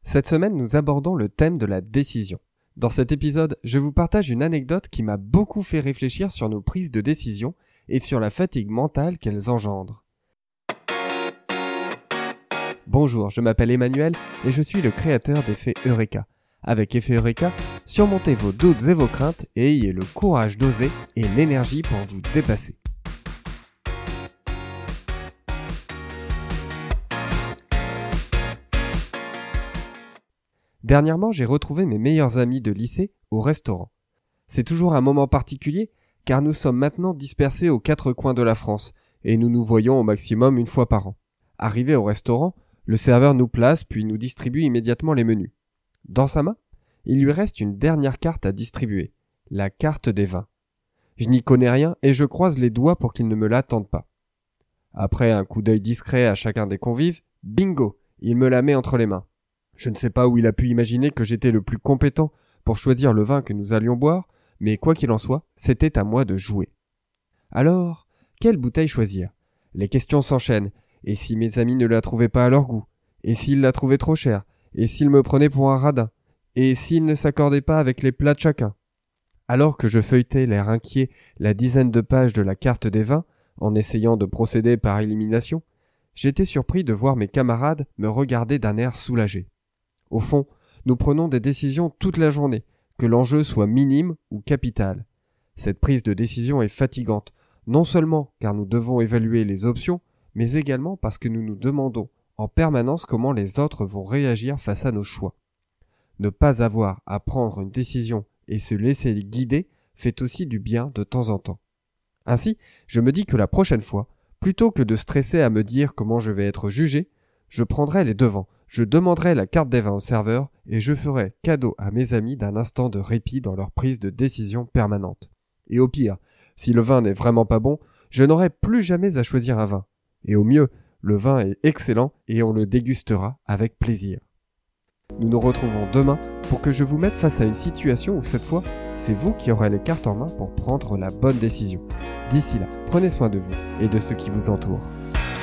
Cette semaine, nous abordons le thème de la décision. Dans cet épisode, je vous partage une anecdote qui m'a beaucoup fait réfléchir sur nos prises de décision et sur la fatigue mentale qu'elles engendrent. Bonjour, je m'appelle Emmanuel et je suis le créateur d'Effet Eureka. Avec Effet Eureka, surmontez vos doutes et vos craintes et ayez le courage d'oser et l'énergie pour vous dépasser. Dernièrement, j'ai retrouvé mes meilleurs amis de lycée au restaurant. C'est toujours un moment particulier car nous sommes maintenant dispersés aux 4 coins de la France et nous nous voyons au maximum une fois par an. Arrivé au restaurant, le serveur nous place puis nous distribue immédiatement les menus. Dans sa main, il lui reste une dernière carte à distribuer, la carte des vins. Je n'y connais rien et je croise les doigts pour qu'il ne me la tende pas. Après un coup d'œil discret à chacun des convives, bingo, il me la met entre les mains. Je ne sais pas où il a pu imaginer que j'étais le plus compétent pour choisir le vin que nous allions boire, mais quoi qu'il en soit, c'était à moi de jouer. Alors, quelle bouteille choisir ? Les questions s'enchaînent, et si mes amis ne la trouvaient pas à leur goût ? Et s'ils la trouvaient trop chère ? Et s'ils me prenaient pour un radin ? Et s'ils ne s'accordaient pas avec les plats de chacun ? Alors que je feuilletais l'air inquiet la dizaine de pages de la carte des vins, en essayant de procéder par élimination, j'étais surpris de voir mes camarades me regarder d'un air soulagé. Au fond, nous prenons des décisions toute la journée, que l'enjeu soit minime ou capital. Cette prise de décision est fatigante, non seulement car nous devons évaluer les options, mais également parce que nous nous demandons en permanence comment les autres vont réagir face à nos choix. Ne pas avoir à prendre une décision et se laisser guider fait aussi du bien de temps en temps. Ainsi, je me dis que la prochaine fois, plutôt que de stresser à me dire comment je vais être jugé, je prendrai les devants, je demanderai la carte des vins au serveur et je ferai cadeau à mes amis d'un instant de répit dans leur prise de décision permanente. Et au pire, si le vin n'est vraiment pas bon, je n'aurai plus jamais à choisir un vin. Et au mieux, le vin est excellent et on le dégustera avec plaisir. Nous nous retrouvons demain pour que je vous mette face à une situation où cette fois, c'est vous qui aurez les cartes en main pour prendre la bonne décision. D'ici là, prenez soin de vous et de ceux qui vous entourent.